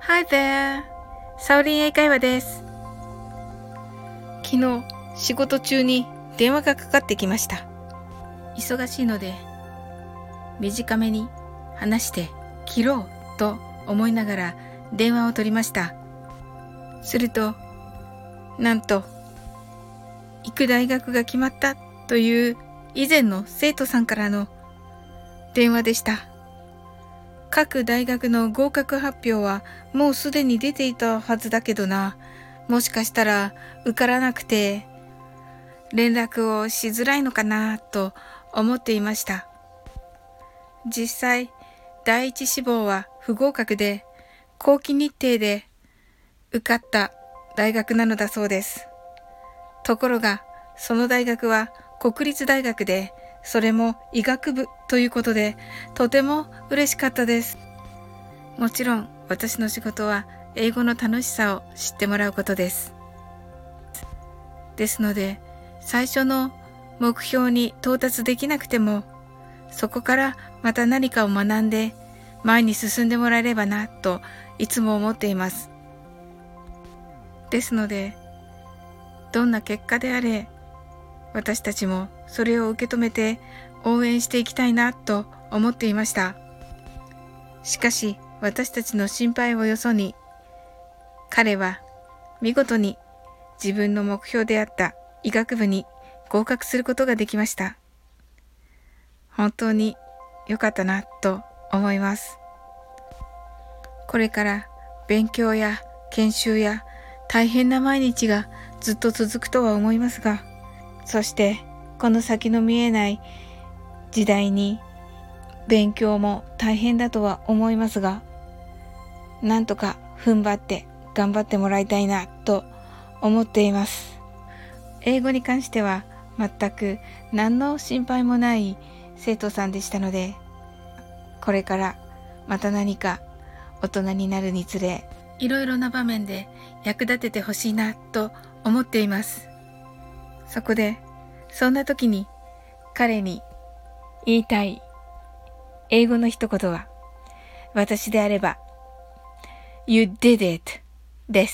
Hi there! サオリン英会話です。昨日、仕事中に電話がかかってきました。忙しいので、短めに話して切ろうと思いながら電話を取りました。すると、なんと、行く大学が決まったという以前の生徒さんからの電話でした。各大学の合格発表はもうすでに出ていたはずだけどな。もしかしたら受からなくて連絡をしづらいのかなと思っていました。実際、第一志望は不合格で後期日程で受かった大学なのだそうです。ところが、その大学は国立大学で、それも医学部ということで、とても嬉しかったです。もちろん私の仕事は英語の楽しさを知ってもらうことです。ですので、最初の目標に到達できなくても、そこからまた何かを学んで前に進んでもらえればなといつも思っています。ですので、どんな結果であれ、私たちもそれを受け止めて応援していきたいなと思っていました。しかし私たちの心配をよそに、彼は見事に自分の目標であった医学部に合格することができました。本当に良かったなと思います。これから勉強や研修や大変な毎日がずっと続くとは思いますが、そしてこの先の見えない時代に勉強も大変だとは思いますが、なんとか踏ん張って頑張ってもらいたいなと思っています。英語に関しては全く何の心配もない生徒さんでしたので、これからまた何か大人になるにつれ、いろいろな場面で役立ててほしいなと思っています。そこで、そんな時に彼に言いたい英語の一言は、私であれば、You did it です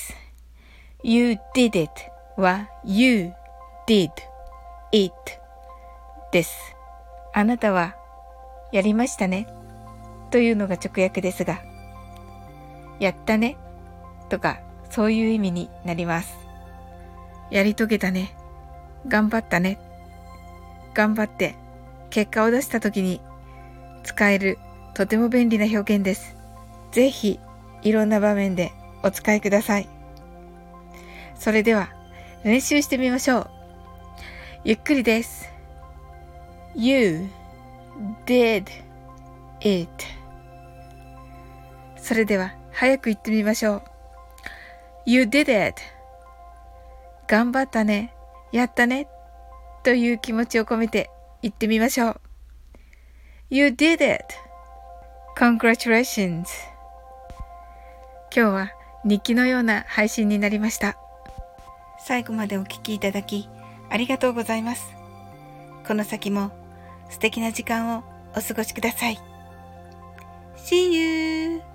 。You did it は You did it です。あなたはやりましたねというのが直訳ですが、やったねとかそういう意味になります。やり遂げたね。頑張ったね。頑張って結果を出した時に使えるとても便利な表現です。ぜひいろんな場面でお使いください。それでは練習してみましょう。ゆっくりです。You did it。それでは早く言ってみましょう。You did it。頑張ったね。やったね。という気持ちを込めて言ってみましょう。You did it! Congratulations! 今日は日記のような配信になりました。最後までお聞きいただきありがとうございます。この先も素敵な時間をお過ごしください。See you!